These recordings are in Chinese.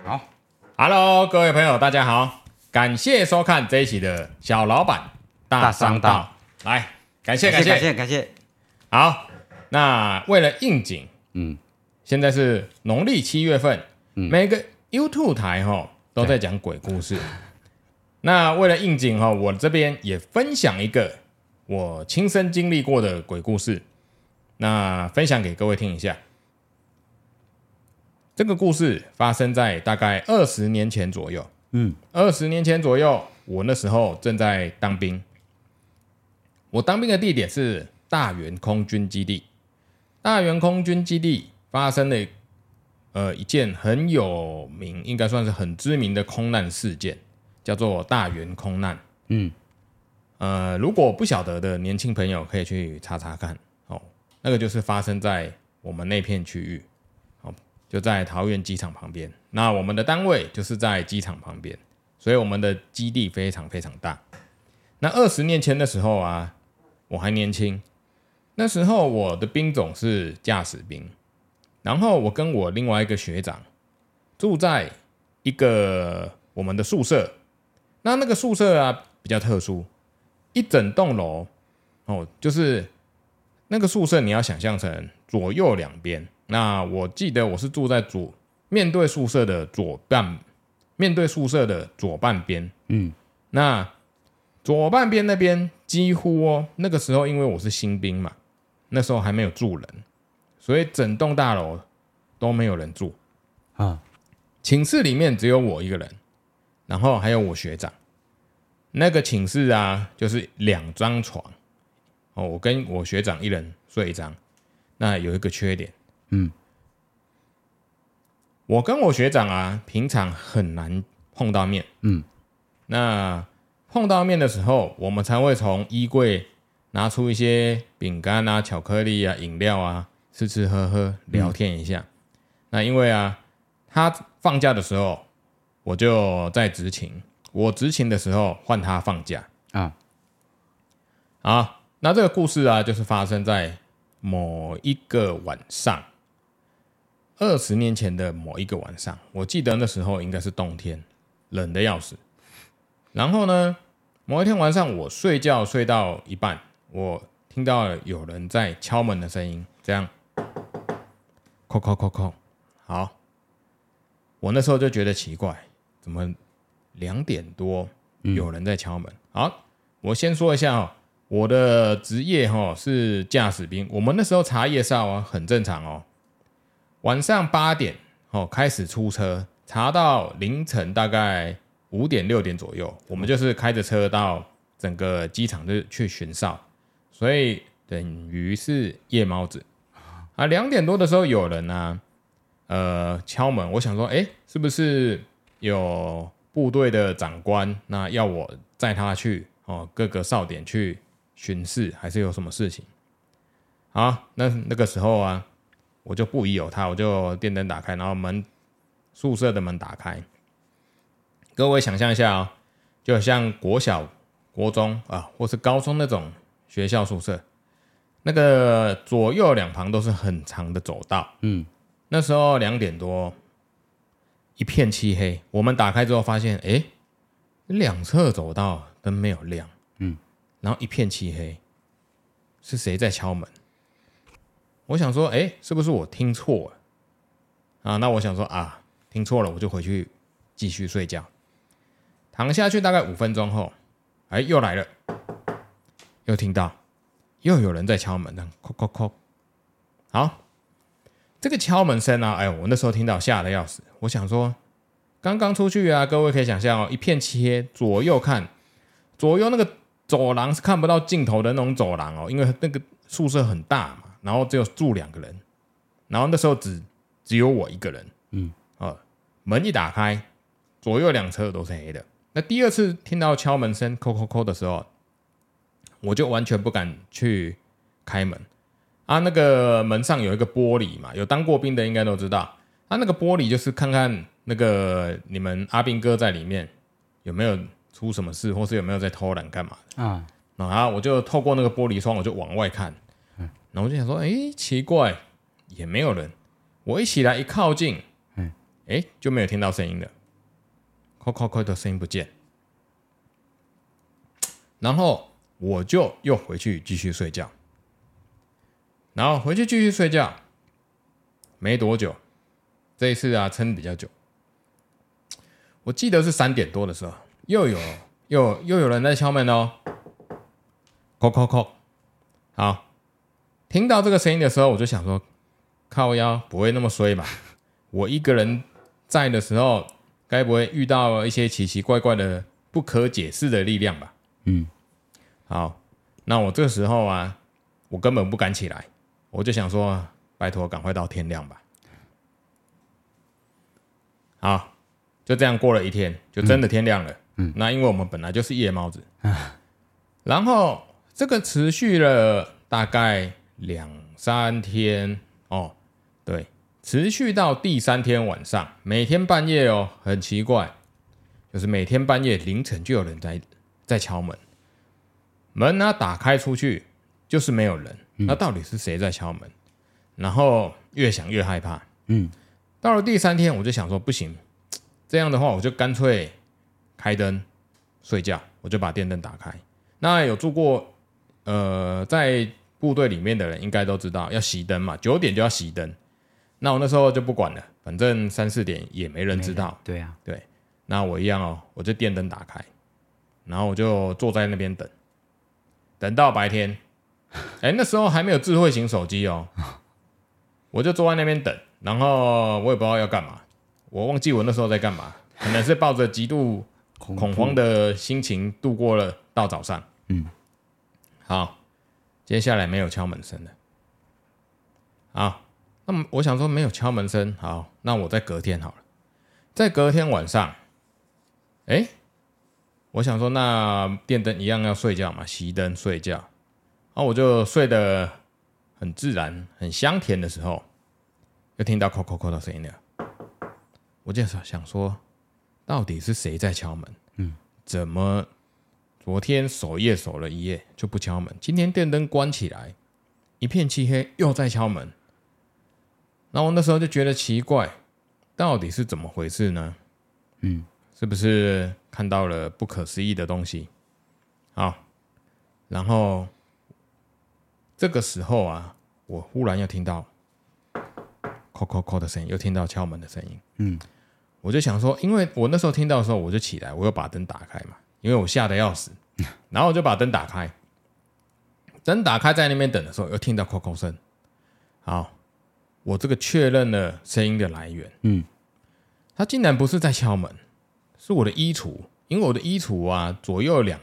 好 ，Hello， 各位朋友，大家好，感谢收看这一期的小老板大商道。来，感谢。好，那为了应景，现在是农历7月份，每个 YouTube 台都在讲鬼故事。那为了应景我这边也分享一个我亲身经历过的鬼故事，那分享给各位听一下。这个故事发生在大概20年前左右。20年前左右，我那时候正在当兵。我当兵的地点是大原空军基地。大原空军基地发生了一件很有名，应该算是很知名的空难事件，叫做大原空难。如果不晓得的年轻朋友可以去查查看那个就是发生在我们那片区域。就在桃园机场旁边，那我们的单位就是在机场旁边，所以我们的基地非常非常大。那20年前的时候我还年轻，那时候我的兵种是驾驶兵，然后我跟我另外一个学长住在一个我们的宿舍。那个宿舍比较特殊，一整栋楼就是那个宿舍你要想象成左右两边。那我记得我是住在面对宿舍的左半边。那左半边那边几乎那个时候因为我是新兵嘛，那时候还没有住人，所以整栋大楼都没有人住寝室里面只有我一个人，然后还有我学长。那个寝室就是2张床我跟我学长一人睡一张。那有一个缺点，我跟我学长平常很难碰到面。那碰到面的时候，我们才会从衣柜拿出一些饼干巧克力饮料吃吃喝喝，聊天一下。那因为他放假的时候，我就在执勤，我执勤的时候换他放假好，那这个故事就是发生在某一个晚上，20年前的某一个晚上。我记得那时候应该是冬天，冷得要死。然后呢，某一天晚上我睡觉睡到一半，我听到有人在敲门的声音，这样叩叩叩叩。好，我那时候就觉得奇怪，怎么2点多有人在敲门。好，我先说一下我的职业是驾驶兵。我们那时候查夜哨很正常晚上8点开始出车，查到凌晨大概5点6点左右，我们就是开着车到整个机场就去巡哨，所以等于是夜猫子2点多的时候有人敲门，我想说是不是有部队的长官那要我载他去各个哨点去巡视，还是有什么事情。好，那个时候我就不疑有他，我就电灯打开，然后宿舍的门打开。各位想象一下就像国小国中或是高中那种学校宿舍，那个左右两旁都是很长的走道。那时候2点多，一片漆黑。我们打开之后发现两侧走道灯没有亮，然后一片漆黑，是谁在敲门？我想说是不是我听错了那我想说听错了，我就回去继续睡觉。躺下去大概5分钟后又来了，又听到又有人在敲门，叩叩叩。好，这个敲门声我那时候听到吓得要死。我想说刚刚出去各位可以想象一片漆黑，左右看，左右那个走廊是看不到尽头的那种走廊因为那个宿舍很大嘛，然后只有住2个人，然后那时候只有我一个人。门一打开，左右两侧都是黑的。那第二次听到敲门声叩叩叩的时候，我就完全不敢去开门那个门上有一个玻璃嘛，有当过兵的应该都知道那个玻璃就是看看那个你们阿兵哥在里面有没有出什么事，或是有没有在偷懒干嘛的然后我就透过那个玻璃窗，我就往外看，然后我就想说奇怪，也没有人。我一起来一靠近就没有听到声音了，扣扣扣的声音不见，然后我就又回去继续睡觉，然后回去继续睡觉，没多久，这一次啊撑比较久，我记得是3点多的时候，又有人在敲门哦，扣扣扣，好，听到这个声音的时候，我就想说，靠腰不会那么衰吧？我一个人在的时候，该不会遇到一些奇奇怪怪的、不可解释的力量吧？好，那我这个时候啊，我根本不敢起来，我就想说，拜托，赶快到天亮吧。好，就这样过了一天，就真的天亮了。那因为我们本来就是夜猫子，然后这个持续了大概2-3天哦，对，持续到第3天晚上，每天半夜哦，很奇怪，就是每天半夜凌晨就有人在敲门，门啊打开出去就是没有人，那到底是谁在敲门？然后越想越害怕，到了第3天，我就想说不行，这样的话我就干脆开灯睡觉，我就把电灯打开。那有住过在部队里面的人应该都知道要熄灯嘛，9点就要熄灯。那我那时候就不管了，反正3-4点也没人知道。 对啊， 对，那我一样哦，我就电灯打开，然后我就坐在那边等到白天。那时候还没有智慧型手机哦，我就坐在那边等，然后我也不知道要干嘛，我忘记我那时候在干嘛，可能是抱着极度恐慌的心情度过了到早上。好，接下来没有敲门声了。好，那么我想说没有敲门声，好，那我再隔天好了。在隔天晚上，我想说那电灯一样要睡觉嘛，熄灯睡觉。然后我就睡得很自然、很香甜的时候，又听到扣扣扣的声音了。我就想说，到底是谁在敲门？怎么昨天守夜守了一夜就不敲门，今天电灯关起来，一片漆黑，又在敲门？然后我那时候就觉得奇怪，到底是怎么回事呢？是不是看到了不可思议的东西？好，然后这个时候啊，我忽然又听到扣扣扣的声音，又听到敲门的声音。我就想说，因为我那时候听到的时候，我就起来，我又把灯打开嘛，因为我吓得要死。然后我就把灯打开，灯打开在那边等的时候，又听到扣扣声。好，我这个确认了声音的来源。他竟然不是在敲门，是我的衣橱，因为我的衣橱啊，左右两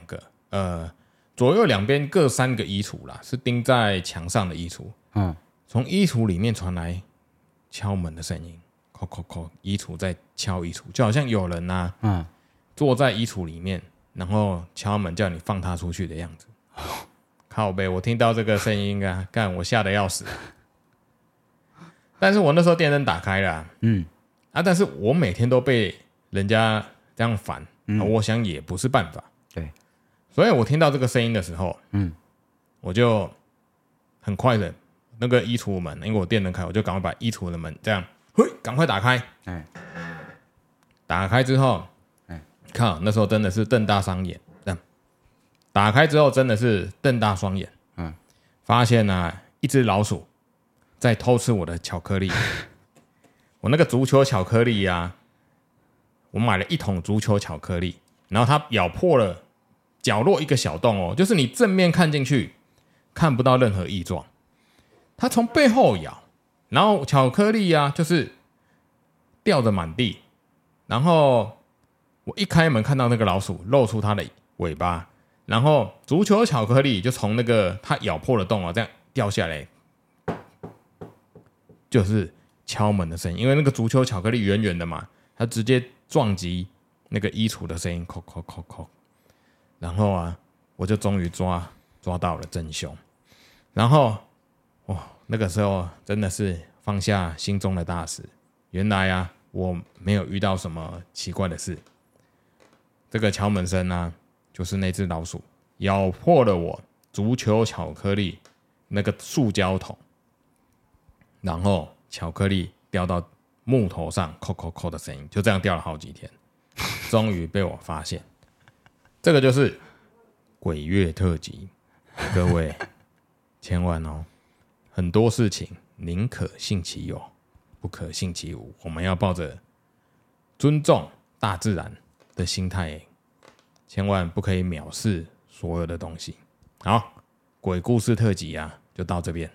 边各3个衣橱啦，是钉在墙上的衣橱。从衣橱里面传来敲门的声音，扣扣扣，衣橱在敲衣橱，就好像有人啊，坐在衣橱里面，然后敲门叫你放他出去的样子。靠北，我听到这个声音啊，干我吓得要死。但是我那时候电灯打开了但是我每天都被人家这样烦，我想也不是办法。 对， 所以我听到这个声音的时候，我就很快的那个衣橱门，因为我电灯开，我就赶快把衣橱的门这样，赶快打开。打开之后，靠，那时候真的是瞪大双眼，这样打开之后真的是瞪大双眼，发现一只老鼠在偷吃我的巧克力。我那个足球巧克力啊，我买了1桶足球巧克力，然后它咬破了角落一个小洞哦，就是你正面看进去看不到任何异状，它从背后咬，然后巧克力啊就是掉得满地，然后我一开门看到那个老鼠露出它的尾巴，然后足球巧克力就从那个它咬破的洞这样掉下来，就是敲门的声音，因为那个足球巧克力圆圆的嘛，它直接撞击那个衣橱的声音，扣扣扣扣。然后我就终于抓到了真凶。然后那个时候真的是放下心中的大石，原来我没有遇到什么奇怪的事。这个敲门声就是那只老鼠咬破了我足球巧克力那个塑胶桶，然后巧克力掉到木头上扣扣扣的声音，就这样掉了好几天，终于被我发现。这个就是鬼月特辑，各位千万哦，很多事情宁可信其有，不可信其无。我们要抱着尊重大自然的心态，千万不可以藐视所有的东西。好，鬼故事特辑啊，就到这边。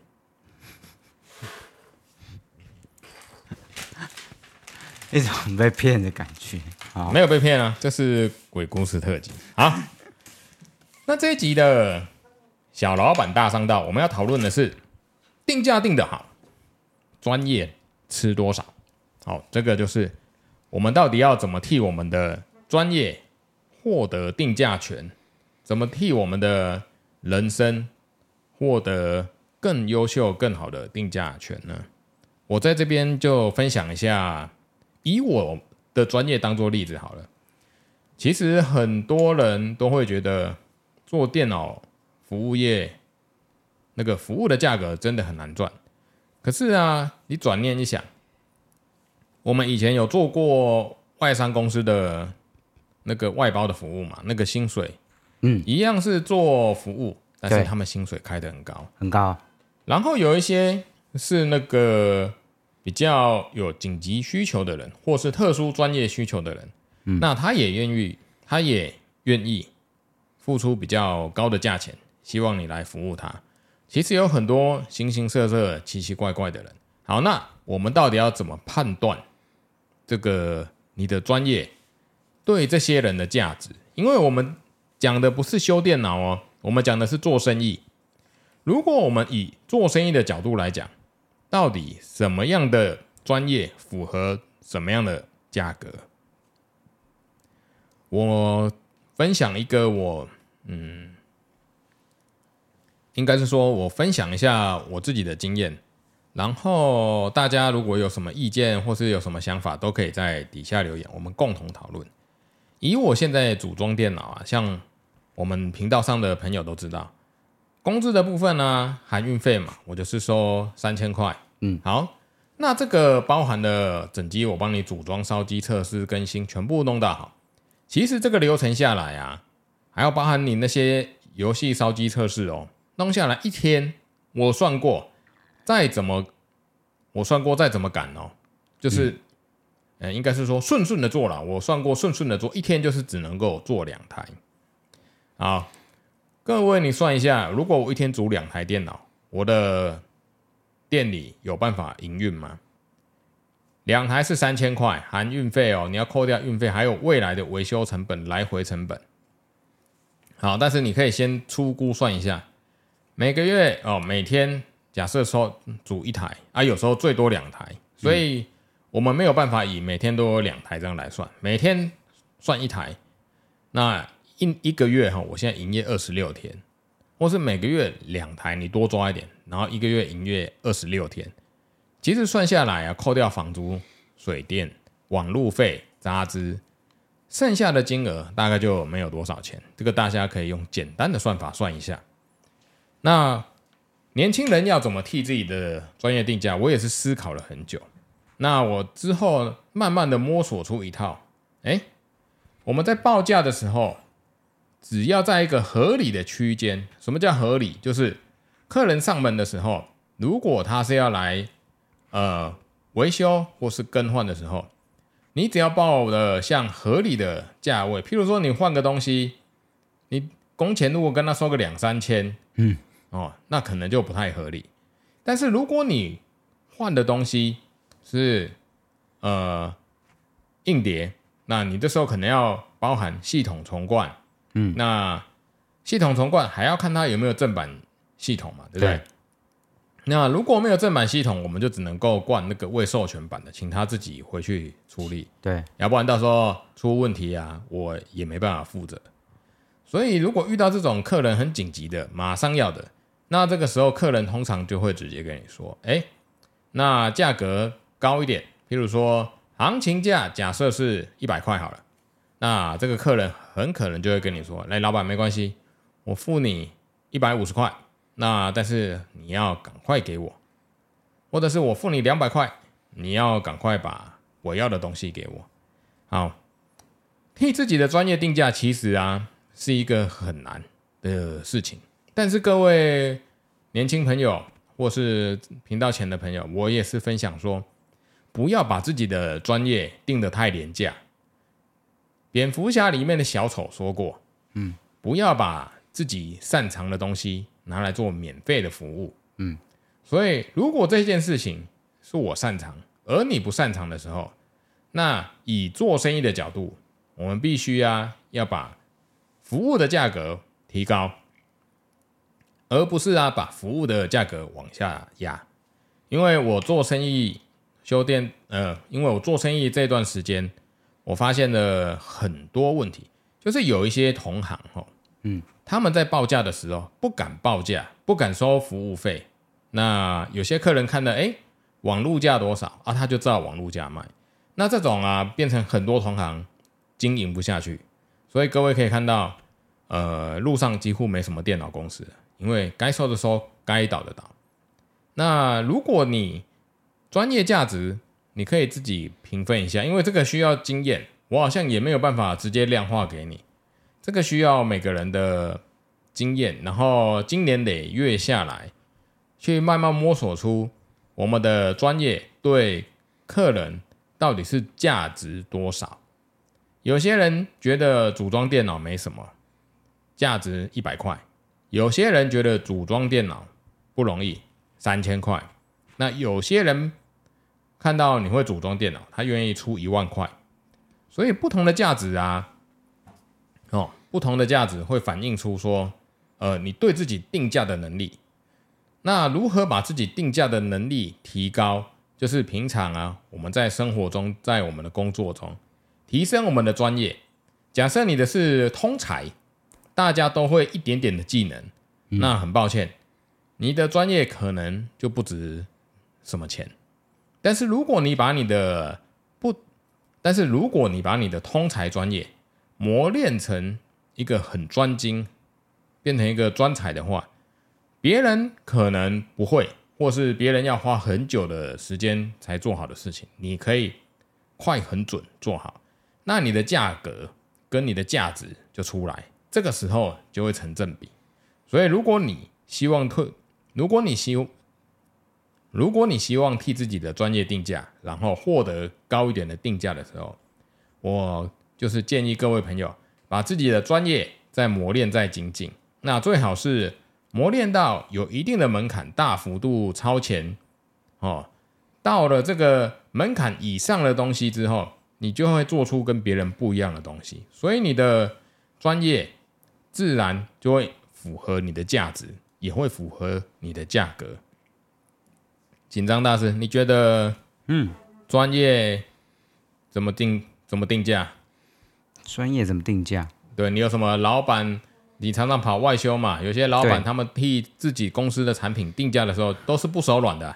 一种被骗的感觉。 没有被骗啊，这是鬼故事特辑。好，那这一集的小老板大商道，我们要讨论的是定价定得好，专业吃多少。好，这个就是我们到底要怎么替我们的专业获得定价权，怎么替我们的人生获得更优秀、更好的定价权呢？我在这边就分享一下，以我的专业当做例子好了。其实很多人都会觉得做电脑服务业那个服务的价格真的很难赚。可是啊，你转念一想，我们以前有做过外商公司的那个外包的服务嘛，那个薪水，一样是做服务，但是他们薪水开得很高， 很高。 然后有一些是那个比较有紧急需求的人，或是特殊专业需求的人，那他也愿意付出比较高的价钱，希望你来服务他。其实有很多形形色色、奇奇怪怪的人。好，那我们到底要怎么判断这个你的专业对这些人的价值？因为我们讲的不是修电脑哦，我们讲的是做生意。如果我们以做生意的角度来讲，到底什么样的专业符合什么样的价格？我分享一个应该是说我分享一下我自己的经验，然后大家如果有什么意见或是有什么想法，都可以在底下留言，我们共同讨论。以我现在组装电脑啊，像我们频道上的朋友都知道，工资的部分呢，含运费嘛，我就是收3000块。好，那这个包含了整机我帮你组装、烧机、测试、更新，全部弄到好。其实这个流程下来啊，还要包含你那些游戏烧机测试哦，弄下来一天，我算过，再怎么赶哦，就是应该是说顺顺的做了，我算过顺顺的做，一天就是只能够做2台。好，各位你算一下，如果我一天组2台电脑，我的店里有办法营运吗？2台是3000块，含运费哦，你要扣掉运费，还有未来的维修成本、来回成本。好，但是你可以先初估算一下，每个月哦，每天假设说组1台啊，有时候最多2台，所以我们没有办法以每天都有2台这样来算，每天算1台，那一个月哈，我现在营业26天，或是每个月2台，你多抓一点，然后一个月营业26天。其实算下来啊，扣掉房租、水电、网路费、杂支，剩下的金额大概就没有多少钱。这个大家可以用简单的算法算一下。那年轻人要怎么替自己的专业定价，我也是思考了很久。那我之后慢慢的摸索出一套，我们在报价的时候，只要在一个合理的区间。什么叫合理？就是客人上门的时候，如果他是要来维修或是更换的时候，你只要报的像合理的价位，譬如说你换个东西，你工钱如果跟他收个2-3千，那可能就不太合理。但是如果你换的东西是硬碟，那你这时候可能要包含系统重灌，那系统重灌还要看它有没有正版系统嘛，对不对？那如果没有正版系统，我们就只能够灌那个未授权版的，请他自己回去处理。 对， 要不然到时候出问题啊，我也没办法负责。所以如果遇到这种客人很紧急的，马上要的，那这个时候客人通常就会直接跟你说，那价格高一点，譬如说行情价假设是100块好了，那这个客人很可能就会跟你说，来老板没关系，我付你150块。那但是你要赶快给我，或者是我付你200块， 你要赶快把我要的东西给我。好，替自己的专业定价其实啊是一个很难的事情，但是各位年轻朋友或是频道前的朋友，我也是分享说，不要把自己的专业定得太廉价。蝙蝠侠里面的小丑说过，不要把自己擅长的东西拿来做免费的服务。所以如果这件事情是我擅长，而你不擅长的时候，那以做生意的角度，我们必须要把服务的价格提高，而不是把服务的价格往下压。因为我做生意因为我做生意这段时间，我发现了很多问题，就是有一些同行他们在报价的时候不敢报价，不敢收服务费。那有些客人看了，网路价多少他就照网路价卖。那这种变成很多同行经营不下去。所以各位可以看到，路上几乎没什么电脑公司，因为该收的收，该倒的倒。那如果你专业价值，你可以自己评分一下，因为这个需要经验，我好像也没有办法直接量化给你。这个需要每个人的经验，然后经年累月下来，去慢慢摸索出我们的专业对客人到底是价值多少。有些人觉得组装电脑没什么，价值100块；有些人觉得组装电脑不容易，3000块。那有些人看到你会组装电脑，他愿意出1万块。所以不同的价值不同的价值会反映出说，你对自己定价的能力。那如何把自己定价的能力提高？就是平常我们在生活中，在我们的工作中，提升我们的专业。假设你的是通才，大家都会一点点的技能，那很抱歉，你的专业可能就不值什么钱。但是如果你把你的通才专业磨练成一个很专精，变成一个专才的话，别人可能不会，或是别人要花很久的时间才做好的事情，你可以快很准做好，那你的价格跟你的价值就出来，这个时候就会成正比。所以如果你希望替自己的专业定价，然后获得高一点的定价的时候，我就是建议各位朋友把自己的专业再磨练再精进。那最好是磨练到有一定的门槛，大幅度超前到了这个门槛以上的东西之后，你就会做出跟别人不一样的东西，所以你的专业自然就会符合你的价值，也会符合你的价格。紧张大师，你觉得专业怎么定价？ 专业怎么定价？ 对，你有什么老板？你常常跑外修嘛，有些老板他们替自己公司的产品定价的时候都是不手软的。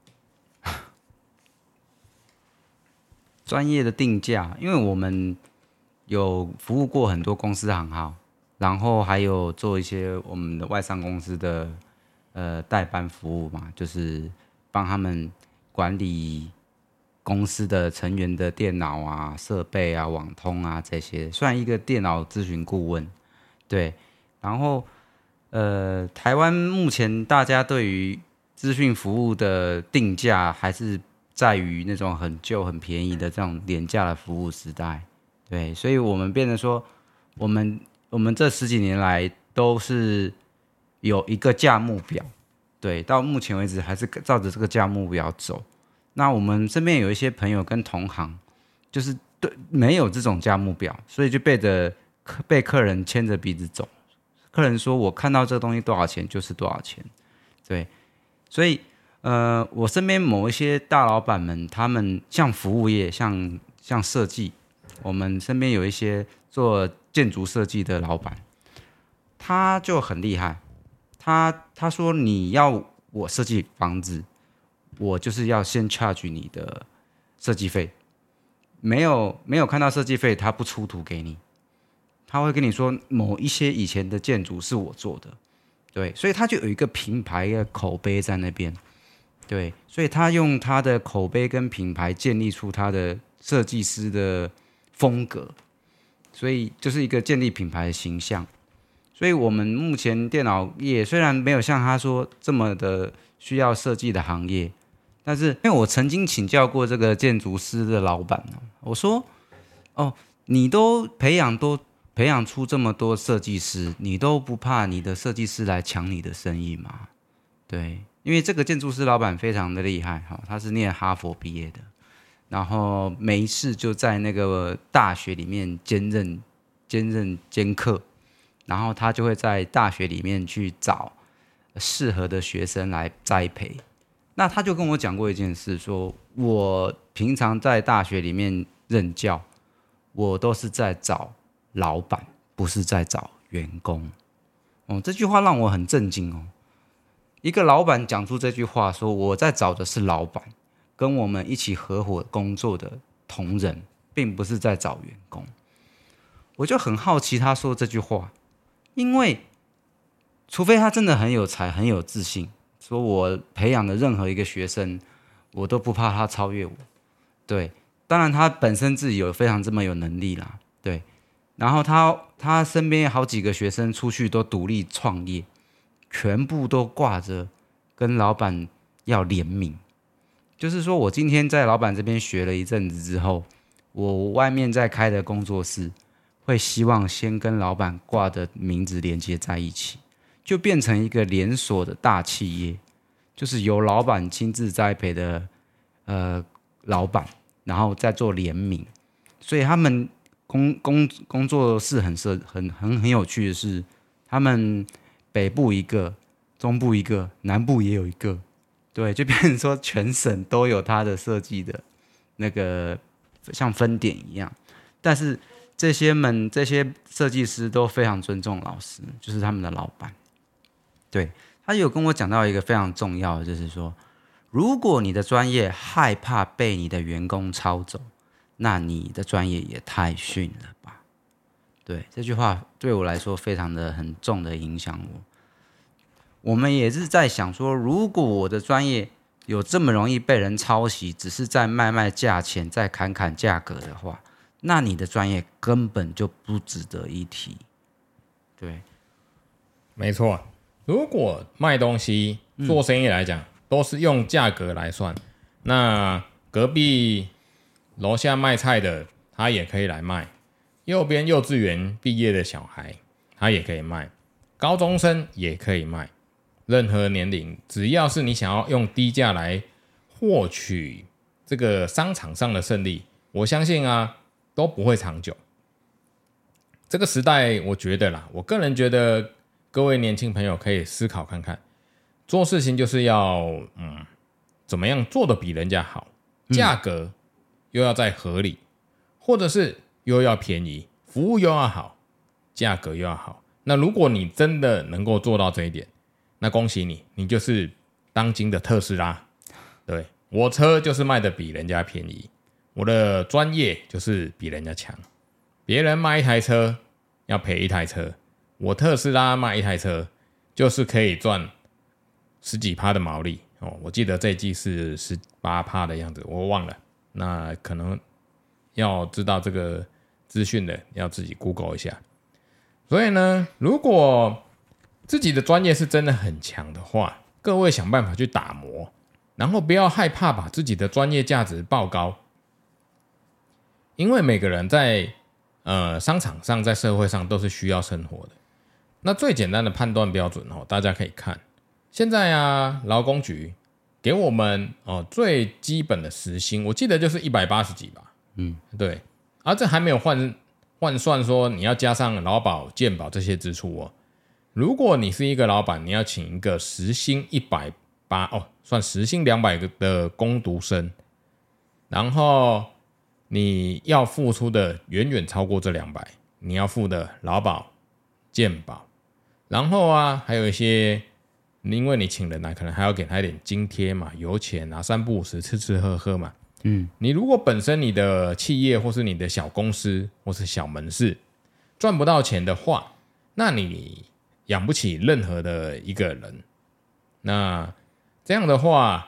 专业的定价，因为我们有服务过很多公司行号，然后还有做一些我们的外商公司的代班服务嘛，就是帮他们管理公司的成员的电脑设备网通这些，算一个电脑咨询顾问。对，然后台湾目前大家对于资讯服务的定价还是在于那种很旧很便宜的这种廉价的服务时代。对，所以我们变成说，我们这10几年来都是有一个价目表，对，到目前为止还是照着这个价目表走。那我们身边有一些朋友跟同行，就是对没有这种价目表，所以就被客人牵着鼻子走。客人说我看到这个东西多少钱就是多少钱，对，所以我身边某一些大老板们，他们像服务业，像设计，我们身边有一些做建筑设计的老板，他就很厉害。他说你要我设计房子，我就是要先 charge 你的设计费，没有看到设计费，他不出图给你。他会跟你说某一些以前的建筑是我做的，对，所以他就有一个品牌的口碑在那边。 对，所以他用他的口碑跟品牌建立出他的设计师的风格，所以就是一个建立品牌的形象。所以我们目前电脑业虽然没有像他说这么的需要设计的行业，但是因为我曾经请教过这个建筑师的老板，我说：“哦，你都培养出这么多设计师，你都不怕你的设计师来抢你的生意吗？”对，因为这个建筑师老板非常的厉害，他是念哈佛毕业的，然后没事就在那个大学里面兼课，然后他就会在大学里面去找适合的学生来栽培。那他就跟我讲过一件事，说我平常在大学里面任教，我都是在找老板，不是在找员工。这句话让我很震惊哦。一个老板讲出这句话，说我在找的是老板，跟我们一起合伙工作的同仁，并不是在找员工。我就很好奇他说这句话，因为除非他真的很有才、很有自信，说我培养的任何一个学生，我都不怕他超越我。对，当然他本身自己有非常这么有能力啦，对。然后他身边好几个学生出去都独立创业，全部都挂着跟老板要联名，就是说我今天在老板这边学了一阵子之后，我外面在开的工作室会希望先跟老板挂的名字连接在一起，就变成一个连锁的大企业，就是由老板亲自栽培的老板，然后再做联名。所以他们工作室很有趣的是，他们北部一个，中部一个，南部也有一个，对，就变成说全省都有他的设计的那个像分点一样。但是这些设计师都非常尊重老师，就是他们的老板。对，他有跟我讲到一个非常重要的，就是说，如果你的专业害怕被你的员工抄走，那你的专业也太逊了吧？对，这句话对我来说非常的很重的影响我。我们也是在想说，如果我的专业有这么容易被人抄袭，只是在卖价钱，在砍价格的话，那你的专业根本就不值得一提。对， 没错。如果卖东西、做生意来讲，都是用价格来算，那隔壁楼下卖菜的他也可以来卖，右边幼稚园毕业的小孩他也可以卖，高中生也可以卖，任何年龄，只要是你想要用低价来获取这个商场上的胜利，我相信啊都不会长久。这个时代我觉得啦，我个人觉得各位年轻朋友可以思考看看，做事情就是要怎么样做得比人家好，价格又要再合理，或者是又要便宜，服务又要好，价格又要好。那如果你真的能够做到这一点，那恭喜你，你就是当今的特斯拉。对，我车就是卖的比人家便宜，我的专业就是比人家强。别人卖一台车要赔一台车，我特斯拉卖一台车就是可以赚十几%的毛利哦。我记得这一季是18%的样子，我忘了。那可能要知道这个资讯的，要自己 Google 一下。所以呢，如果自己的专业是真的很强的话，各位想办法去打磨，然后不要害怕把自己的专业价值报高，因为每个人在商场上，在社会上都是需要生活的。那最简单的判断标准大家可以看，现在啊，劳工局给我们最基本的时薪，我记得就是180几吧，对，这还没有换算说你要加上劳保、健保这些支出哦。如果你是一个老板，你要请一个时薪180算时薪200个的工读生，然后你要付出的远远超过这200，你要付的劳保、健保，然后还有一些，因为你请人来，可能还要给他一点津贴嘛，油钱啊，3不5时吃吃喝喝嘛。你如果本身你的企业或是你的小公司或是小门市赚不到钱的话，那你养不起任何的一个人。那这样的话，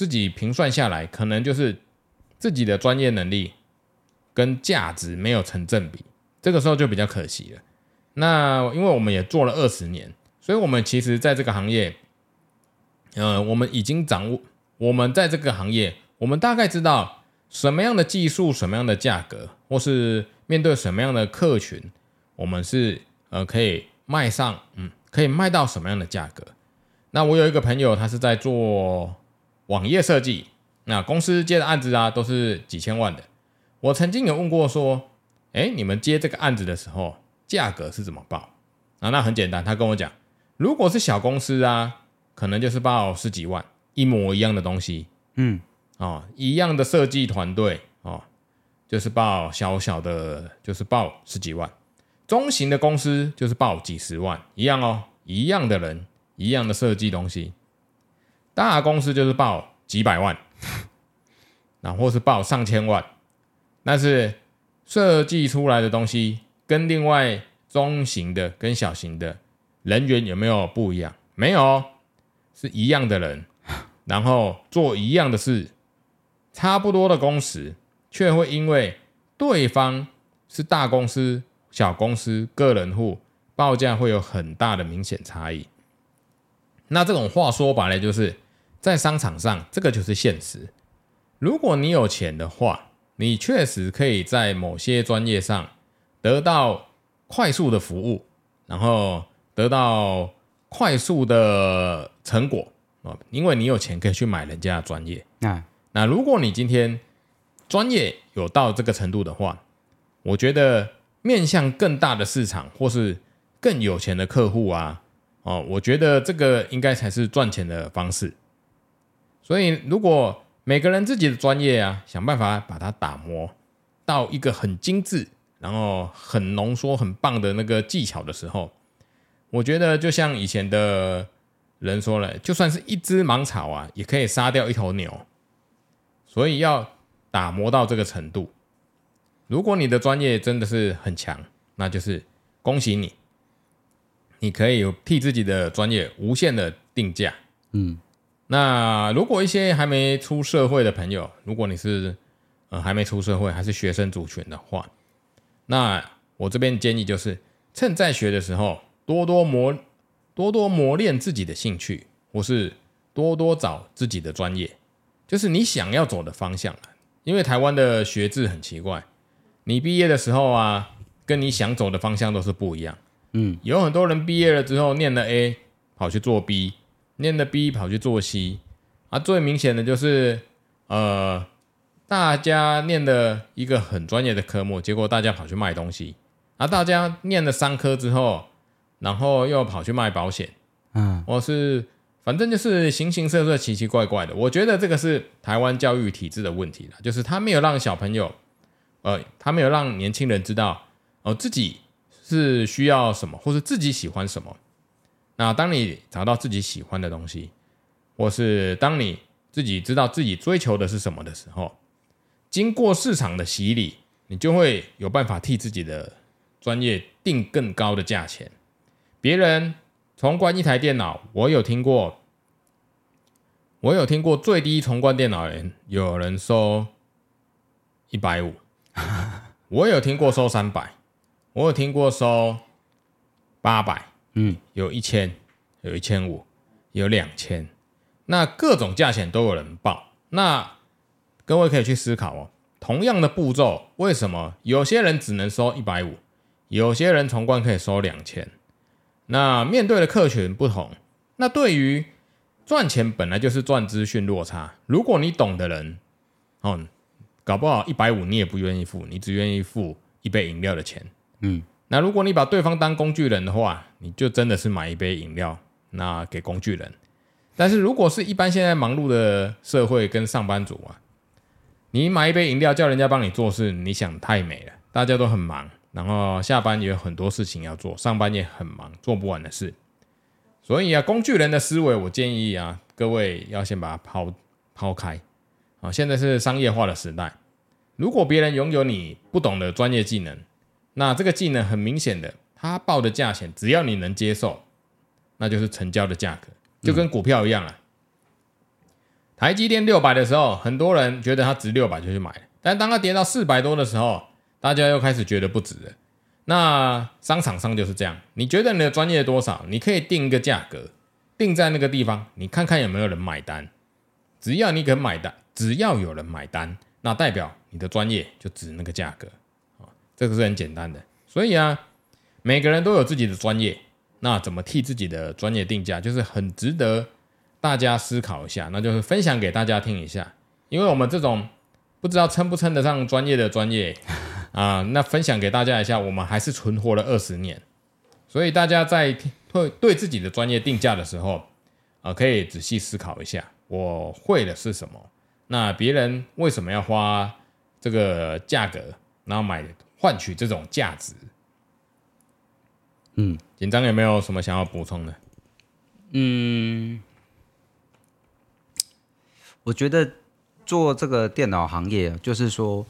自己评算下来，可能就是自己的专业能力跟价值没有成正比，这个时候就比较可惜了。那因为我们也做了20年，所以我们其实在这个行业，我们已经掌握，我们在这个行业，我们大概知道什么样的技术、什么样的价格，或是面对什么样的客群，我们是可以卖上，可以卖到什么样的价格。那我有一个朋友，他是在做网页设计，那公司接的案子啊，都是几千万的。我曾经有问过说，你们接这个案子的时候，价格是怎么报？那很简单，他跟我讲，如果是小公司啊，可能就是报10几万，一模一样的东西，一样的设计团队，就是报小小的，就是报10几万。中型的公司就是报几十万，一样哦，一样的人，一样的设计东西。大公司就是报几百万，然后是报上千万，但是设计出来的东西跟另外中型的跟小型的人员有没有不一样？没有哦，是一样的人，然后做一样的事，差不多的工时，却会因为对方是大公司、小公司、个人户，报价会有很大的明显差异。那这种话说白了，就是在商场上，这个就是现实。如果你有钱的话，你确实可以在某些专业上得到快速的服务，然后得到快速的成果，因为你有钱可以去买人家的专业。那如果你今天专业有到这个程度的话，我觉得面向更大的市场或是更有钱的客户啊，我觉得这个应该才是赚钱的方式。所以如果每个人自己的专业啊，想办法把它打磨到一个很精致，然后很浓缩很棒的那个技巧的时候，我觉得就像以前的人说了，就算是一只芒草啊，也可以杀掉一头牛。所以要打磨到这个程度，如果你的专业真的是很强，那就是恭喜你，你可以替自己的专业无限的定价。那如果一些还没出社会的朋友，如果你是还没出社会还是学生族群的话，那我这边建议就是趁在学的时候多多磨练自己的兴趣，或是多多找自己的专业，就是你想要走的方向。因为台湾的学制很奇怪，你毕业的时候啊，跟你想走的方向都是不一样。有很多人毕业了之后念了 A 跑去做 B， 念了 B 跑去做 C， 最明显的就是大家念了一个很专业的科目，结果大家跑去卖东西，大家念了3科之后，然后又跑去卖保险，或是反正就是形形色色奇奇怪怪的。我觉得这个是台湾教育体制的问题啦，就是他没有让小朋友他没有让年轻人知道自己是需要什么，或是自己喜欢什么。那当你找到自己喜欢的东西，或是当你自己知道自己追求的是什么的时候，经过市场的洗礼，你就会有办法替自己的专业定更高的价钱。别人重灌一台电脑，我有听过最低重灌电脑有人收150，我有听过收300，我有听过收800，有1000，有1500，有2000，那各种价钱都有人报。那各位可以去思考同样的步骤，为什么有些人只能收150，有些人重灌可以收2000？那面对的客群不同，那对于赚钱本来就是赚资讯落差。如果你懂的人，搞不好150你也不愿意付，你只愿意付一杯饮料的钱。那如果你把对方当工具人的话，你就真的是买一杯饮料那给工具人。但是如果是一般现在忙碌的社会跟上班族啊，你买一杯饮料叫人家帮你做事，你想太美了，大家都很忙，然后下班也有很多事情要做，上班也很忙，做不完的事。所以工具人的思维，我建议各位要先把它抛开。现在是商业化的时代，如果别人拥有你不懂的专业技能，那这个技能很明显的，他报的价钱只要你能接受，那就是成交的价格，就跟股票一样啦。 台积电600的时候，很多人觉得它值600就去买了，但当它跌到400多的时候，大家又开始觉得不值了。那商场上就是这样，你觉得你的专业多少，你可以定一个价格，定在那个地方，你看看有没有人买单。只要你肯买单，只要有人买单，那代表你的专业就值那个价格。这个是很简单的。所以啊，每个人都有自己的专业，那怎么替自己的专业定价，就是很值得大家思考一下，那就是分享给大家听一下。因为我们这种不知道称不称得上专业的专业啊，那分享给大家一下，我们还是存活了20年。所以大家在对自己的专业定价的时候，可以仔细思考一下，我会的是什么？那别人为什么要花这个价格，然后换取这种价值？紧张有没有什么想要补充的？ 我觉得做这个电脑行业，就是说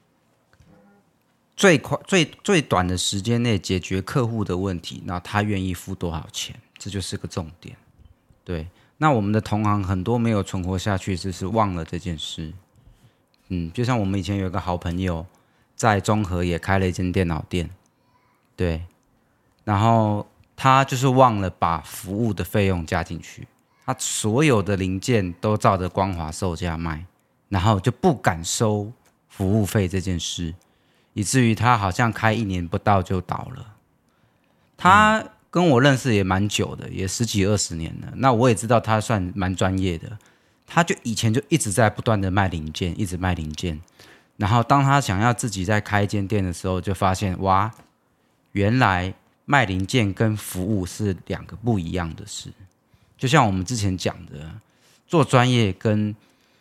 最短的时间内解决客户的问题，那他愿意付多少钱，这就是个重点。对，那我们的同行很多没有存活下去，就是忘了这件事。就像我们以前有一个好朋友，在中和也开了一间电脑店，对，然后他就是忘了把服务的费用加进去，他所有的零件都照着光华售价卖，然后就不敢收服务费这件事，以至于他好像开1年不到就倒了。他跟我认识也蛮久的，也10几20年了。那我也知道他算蛮专业的，他就以前就一直在不断的卖零件，一直卖零件。然后当他想要自己再开一间店的时候，就发现哇，原来卖零件跟服务是2个不一样的事。就像我们之前讲的，做专业跟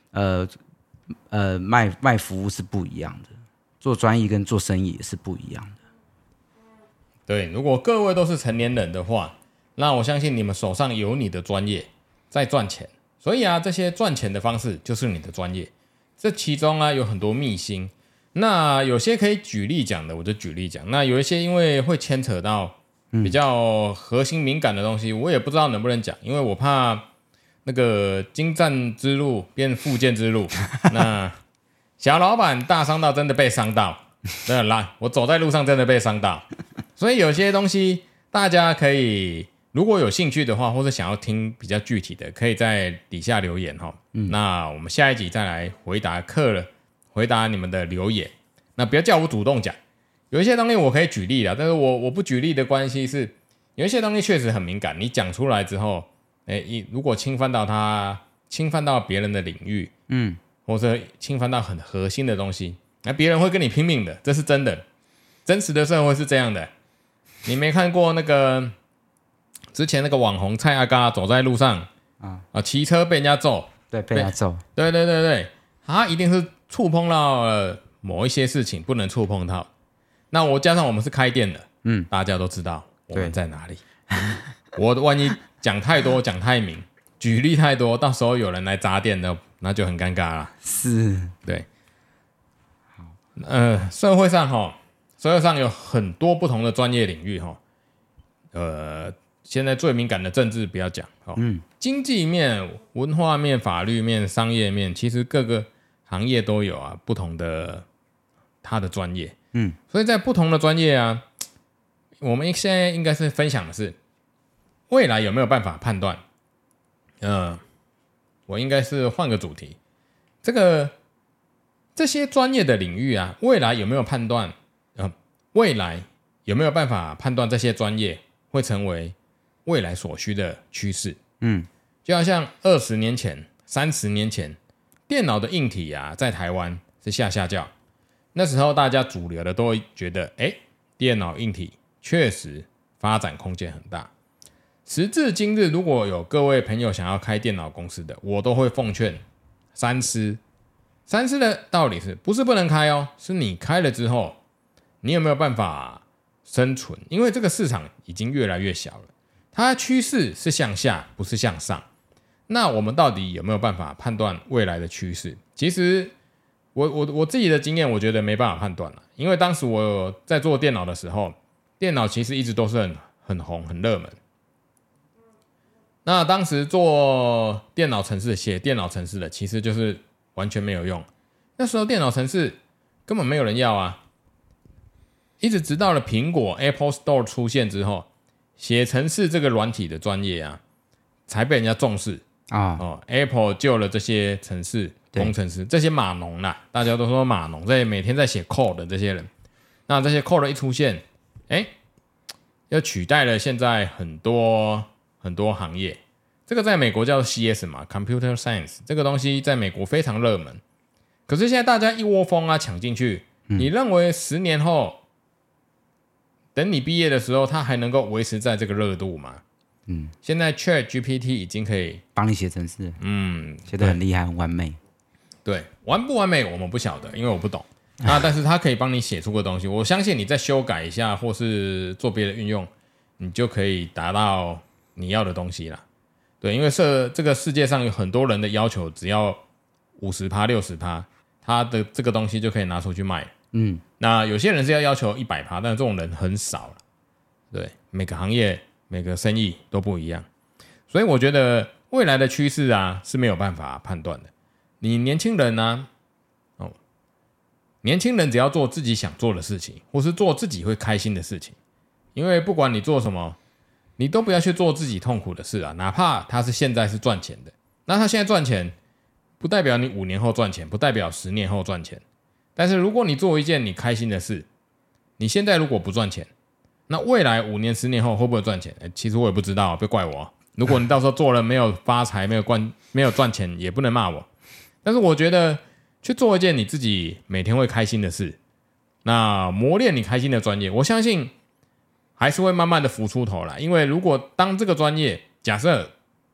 卖服务是不一样的，做专业跟做生意也是不一样的。 对，如果各位都是成年人的话，那我相信你们手上有你的专业在赚钱，所以啊，这些赚钱的方式就是你的专业。这其中啊有很多秘辛，那有些可以举例讲的，我就举例讲。那有一些因为会牵扯到比较核心敏感的东西，我也不知道能不能讲，因为我怕那个精湛之路变复健之路。那小老板大伤到真的被伤到，真的啦，我走在路上真的被伤到。所以有些东西大家可以，如果有兴趣的话，或者想要听比较具体的，可以在底下留言哈。那我们下一集再来回答你们的留言。那不要叫我主动讲，有一些东西我可以举例啦，但是我不举例的关系是，有一些东西确实很敏感，你讲出来之后，如果侵犯到别人的领域，或者侵犯到很核心的东西，那别人会跟你拼命的，这是真的，真实的社会是这样的。你没看过那个之前那个网红蔡阿嘎走在路上骑车被人家揍， 对，被人家揍， 对，他一定是触碰到某一些事情不能触碰到。那我加上我们是开店的，大家都知道我们在哪里。我万一讲太多讲太明，举例太多，到时候有人来砸店的，那就很尴尬了。 是， 对。社会上有很多不同的专业领域现在最敏感的政治不要讲经济面、文化面、法律面、商业面，其实各个行业都有不同的他的专业。所以在不同的专业我们现在应该是分享的是未来有没有办法判断。我应该是换个主题，这些专业的领域未来有没有判断？未来有没有办法判断这些专业会成为未来所需的趋势？就好像20年前、30年前，电脑的硬体在台湾是下叫，那时候大家主流的都会觉得，电脑硬体确实发展空间很大。时至今日，如果有各位朋友想要开电脑公司的，我都会奉劝三思。三思的道理不是不能开是你开了之后，你有没有办法生存？因为这个市场已经越来越小了，它趋势是向下，不是向上。那我们到底有没有办法判断未来的趋势？其实我自己的经验，我觉得没办法判断了，因为当时我在做电脑的时候，电脑其实一直都是很红、很热门。 那当时做电脑程式、写电脑程式的，其实就是完全没有用。那时候电脑程式根本没有人要啊，一直直到了苹果 Apple Store 出现之后，写程式这个软体的专业啊，才被人家重视啊。Apple 救了这些程式工程师，这些码农啦，大家都说码农，这些每天在写 code 的这些人，那这些 code 一出现，又取代了现在很多行业。这个在美国叫做 CS 嘛 ，Computer Science 这个东西在美国非常热门。可是现在大家一窝蜂啊抢进去，你认为10年后，等你毕业的时候，它还能够维持在这个热度吗？现在 ChatGPT 已经可以帮你写程式，写得很厉害，很完美。 对，完不完美我们不晓得，因为我不懂。但是它可以帮你写出个东西，我相信你再修改一下，或是做别的运用，你就可以达到你要的东西啦。对，因为这个世界上有很多人的要求，只要50%、60%，他的这个东西就可以拿出去卖。那有些人是要求100%，但这种人很少了。对，每个行业、每个生意都不一样，所以我觉得未来的趋势啊是没有办法判断的。你年轻人啊，年轻人只要做自己想做的事情，或是做自己会开心的事情，因为不管你做什么，你都不要去做自己痛苦的事啊，哪怕他是现在是赚钱的，那他现在赚钱，不代表你5年后赚钱，不代表10年后赚钱。但是如果你做一件你开心的事，你现在如果不赚钱，那未来5年、10年后会不会赚钱？其实我也不知道，别怪我。如果你到时候做了没有发财、没有赚钱，也不能骂我。但是我觉得去做一件你自己每天会开心的事，那磨练你开心的专业，我相信还是会慢慢的浮出头来。因为如果当这个专业假设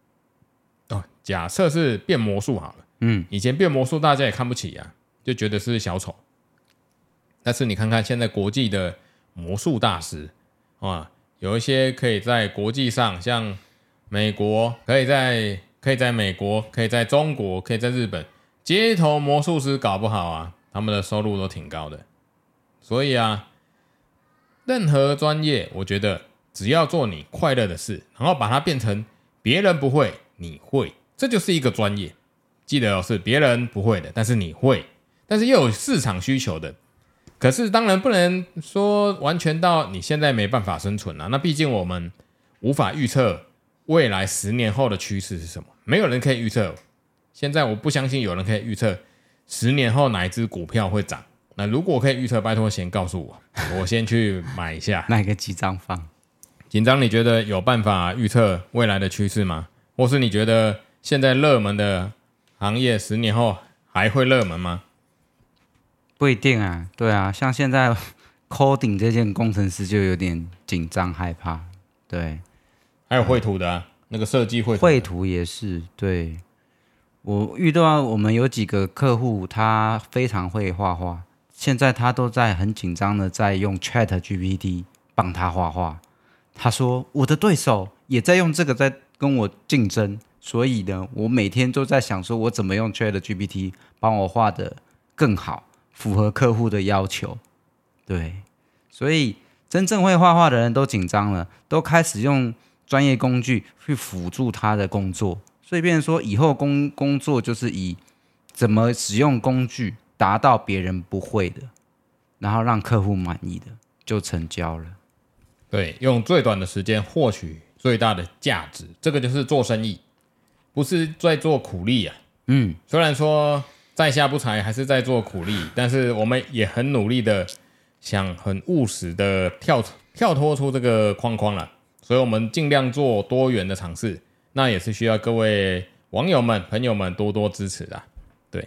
是变魔术好了，以前变魔术大家也看不起啊，就觉得是小丑。但是你看看现在国际的魔术大师有一些可以在国际上，像美国可以在美国，可以在中国，可以在日本，街头魔术师搞不好啊，他们的收入都挺高的。所以啊，任何专业，我觉得只要做你快乐的事，然后把它变成别人不会，你会，这就是一个专业。记得是别人不会的，但是你会，但是又有市场需求的。可是当然不能说完全到你现在没办法生存啊，那毕竟我们无法预测未来10年后的趋势是什么，没有人可以预测。现在我不相信有人可以预测10年后哪一只股票会涨。那如果可以预测，拜托先告诉我，我先去买一下。 那个几张放？ 紧张，你觉得有办法预测未来的趋势吗？或是你觉得现在热门的行业10年后还会热门吗？ 不一定啊，对啊，像现在 coding 这件工程师就有点紧张害怕，对。 还有绘图的啊，那个设计绘图也是，对。我遇到我们有几个客户，他非常会画画，现在他都在很紧张的在用 ChatGPT 帮他画画。他说我的对手也在用这个在跟我竞争，所以呢，我每天都在想说我怎么用 ChatGPT 帮我画的更好，符合客户的要求。对，所以真正会画画的人都紧张了，都开始用专业工具去辅助他的工作，所以变成说以后工作就是以怎么使用工具达到别人不会的，然后让客户满意的就成交了。 对，用最短的时间获取最大的价值，这个就是做生意，不是在做苦力啊。虽然说在下不才还是在做苦力，但是我们也很努力的想很务实的跳脱出这个框框了，所以我们尽量做多元的尝试，那也是需要各位网友们朋友们多多支持的。对，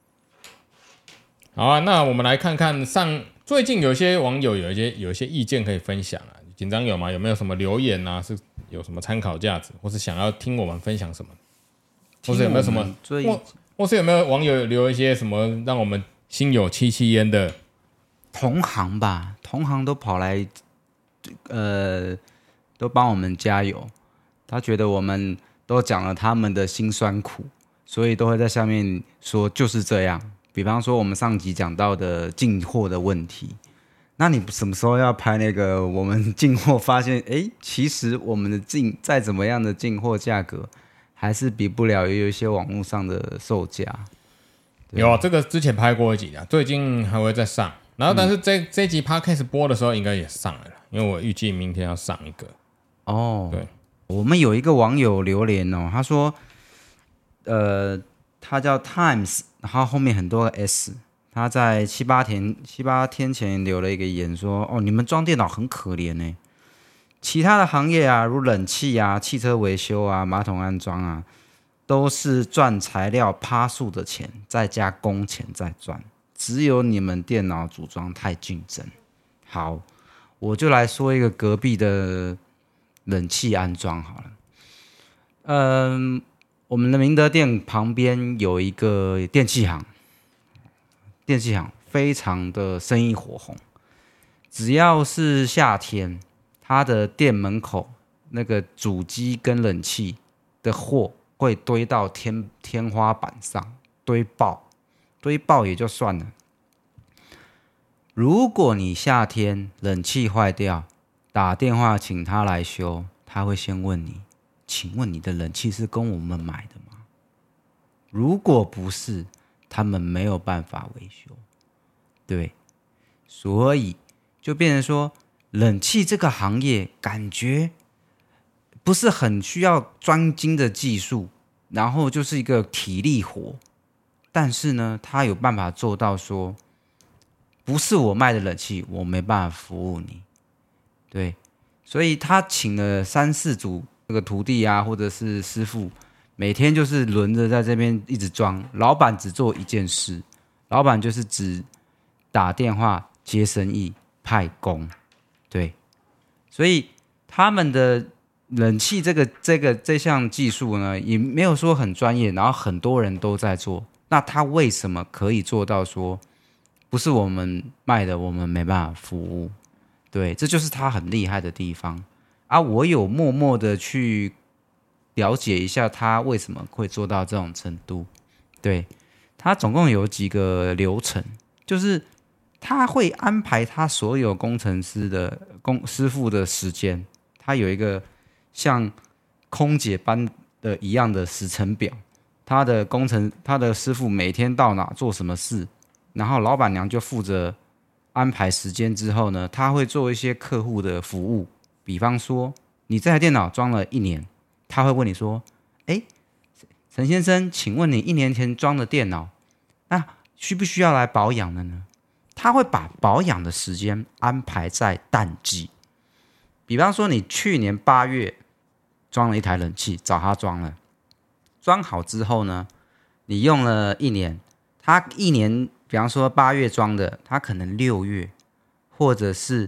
好啊，那我们来看看最近有些网友有一些意见可以分享啊。紧张有吗？有没有什么留言啊？是有什么参考价值，或是想要听我们分享什么？或是有没有什么？或是有没有网友留一些什么让我们心有戚戚焉的？ 同行吧，同行都跑来，都帮我们加油。他觉得我们都讲了他们的辛酸苦，所以都会在下面说就是这样。比方说我们上集讲到的进货的问题， 那你什么时候要拍那个我们进货发现，其实我们的再怎么样的进货价格，还是比不了有一些网络上的售价。 有啊，这个之前拍过一集啊，最近还会再上。然后，但是这集 podcast 播的时候应该也上了啦，因为我预计明天要上一个。 哦， 对， 我们有一个网友留言哦，他说，他叫 Times， 然后后面很多个 S， 他在七八天前留了一个言说，哦，你们装电脑很可怜呢，其他的行业啊，如冷气啊、汽车维修啊、马桶安装啊，都是赚材料趴数的钱，再加工钱再赚，只有你们电脑组装太竞争。好，我就来说一个隔壁的冷气安装好了。我们的明德店旁边有一个电器行，非常的生意火红。只要是夏天，它的店门口那个主机跟冷气的货会堆到天花板上，堆爆也就算了。如果你夏天冷气坏掉，打电话请他来修，他会先问你，请问你的冷气是跟我们买的吗？如果不是，他们没有办法维修。对，所以就变成说，冷气这个行业感觉不是很需要专精的技术，然后就是一个体力活。但是呢，他有办法做到说，不是我卖的冷气，我没办法服务你。对，所以他请了3-4组这个徒弟啊，或者是师傅，每天就是轮着在这边一直装。老板只做一件事，老板就是只打电话接生意、派工。对，所以他们的冷气这项技术呢，也没有说很专业，然后很多人都在做。那他为什么可以做到说，不是我们卖的，我们没办法服务？对，这就是他很厉害的地方啊！我有默默的去了解一下他为什么会做到这种程度。对，他总共有几个流程，就是他会安排他所有工程师的师傅的时间，他有一个像空姐般的一样的时程表，他的师傅每天到哪做什么事，然后老板娘就负责安排时间之后呢，他会做一些客户的服务，比方说你这台电脑装了1年，他会问你说，陈先生，请问你1年前装的电脑，那需不需要来保养的呢？他会把保养的时间安排在淡季，比方说你去年8月装了一台冷气，找他装了，装好之后呢，你用了1年，他1年比方说8月装的，他可能6月或者是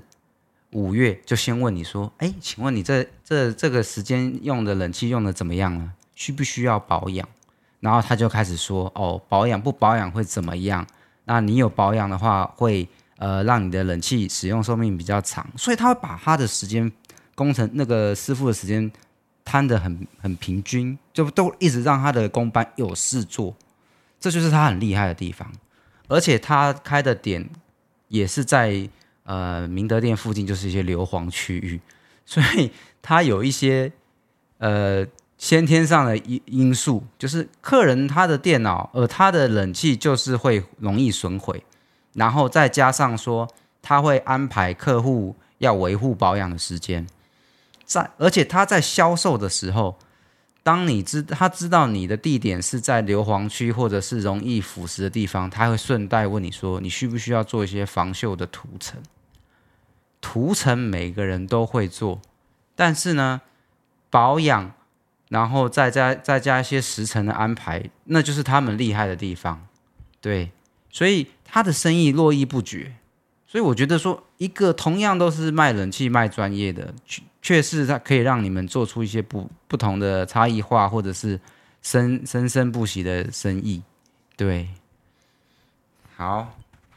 5月就先问你说，请问你这个时间用的冷气用的怎么样了？需不需要保养？然后他就开始说，保养不保养会怎么样？那你有保养的话，会让你的冷气使用寿命比较长，所以他会把他的时间工程那个师傅的时间摊得很平均，就都一直让他的工班有事做，这就是他很厉害的地方。而且他开的点也是在明德店附近，就是一些硫磺区域，所以他有一些先天上的因素，就是客人他的电脑他的冷气就是会容易损毁，然后再加上说他会安排客户要维护保养的时间，而且他在销售的时候，当他知道你的地点是在硫磺区或者是容易腐蚀的地方，他会顺带问你说，你需不需要做一些防锈的涂层？涂层每个人都会做，但是呢，保养然后再加一些时程的安排，那就是他们厉害的地方。对，所以他的生意络绎不绝。所以我觉得说，一个同样都是卖冷气卖专业的，确实它可以让你们做出一些不同的差异化，或者是生不息的生意。对，好，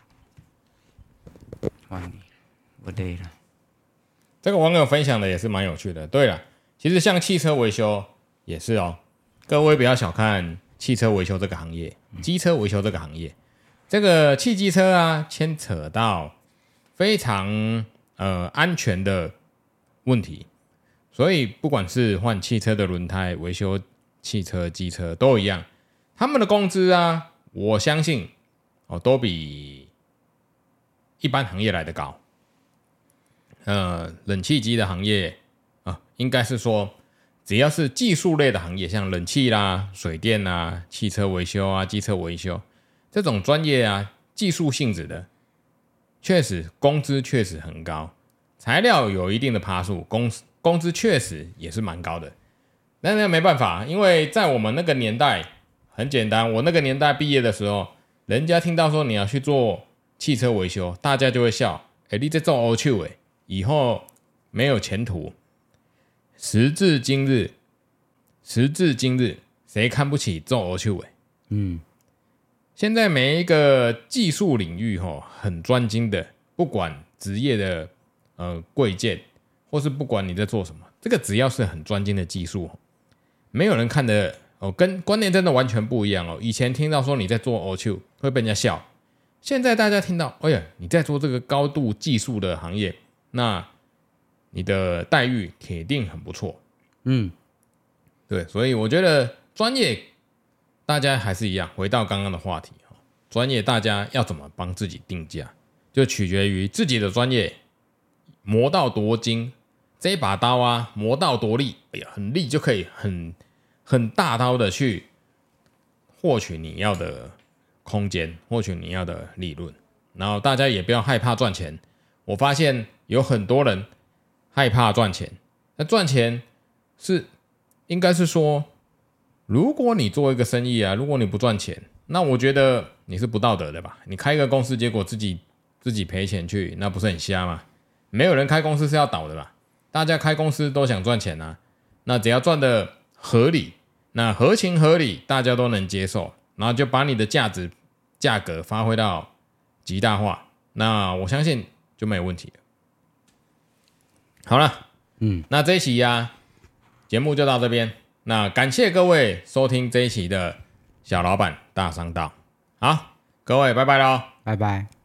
换你，我累了。 这个网友分享的也是蛮有趣的。对了，其实像汽车维修也是哦，各位不要小看汽车维修这个行业，机车维修这个行业，这个汽机车啊，牵扯到非常安全的问题。所以不管是换汽车的轮胎、维修汽车、机车都一样，他们的工资啊，我相信都比一般行业来得高。冷气机的行业应该是说，只要是技术类的行业，像冷气啦、水电啦、汽车维修啊、机车维修这种专业啊、技术性质的，确实工资确实很高，材料有一定的趴数，工资确实也是蛮高的。但是没办法，因为在我们那个年代很简单，我那个年代毕业的时候，人家听到说你要去做汽车维修，大家就会笑，你在做黑手的，以后没有前途。时至今日，谁看不起做黑手的？现在每一个技术领域很专精的，不管职业的贵贱，或是不管你在做什么，这个只要是很专精的技术，没有人看的跟观念真的完全不一样。以前听到说你在做黑手会被人家笑，现在大家听到哎呀你在做这个高度技术的行业，那你的待遇铁定很不错。对，所以我觉得专业大家还是一样，回到刚刚的话题，专业大家要怎么帮自己定价，就取决于自己的专业磨到多精，这把刀啊磨到多利，很利就可以很大刀的去获取你要的空间，获取你要的利润。然后大家也不要害怕赚钱，我发现有很多人害怕赚钱，那赚钱是应该是说，如果你做一个生意啊，如果你不赚钱，那我觉得你是不道德的吧？你开一个公司，结果自己赔钱去，那不是很瞎吗？没有人开公司是要倒的吧？大家开公司都想赚钱啊，那只要赚的合理，那合情合理，大家都能接受，然后就把你的价格发挥到极大化，那我相信就没有问题了。好了，那这一期节目就到这边。那感谢各位收听这一期的小老板大商道。好，各位拜拜咯， 拜拜。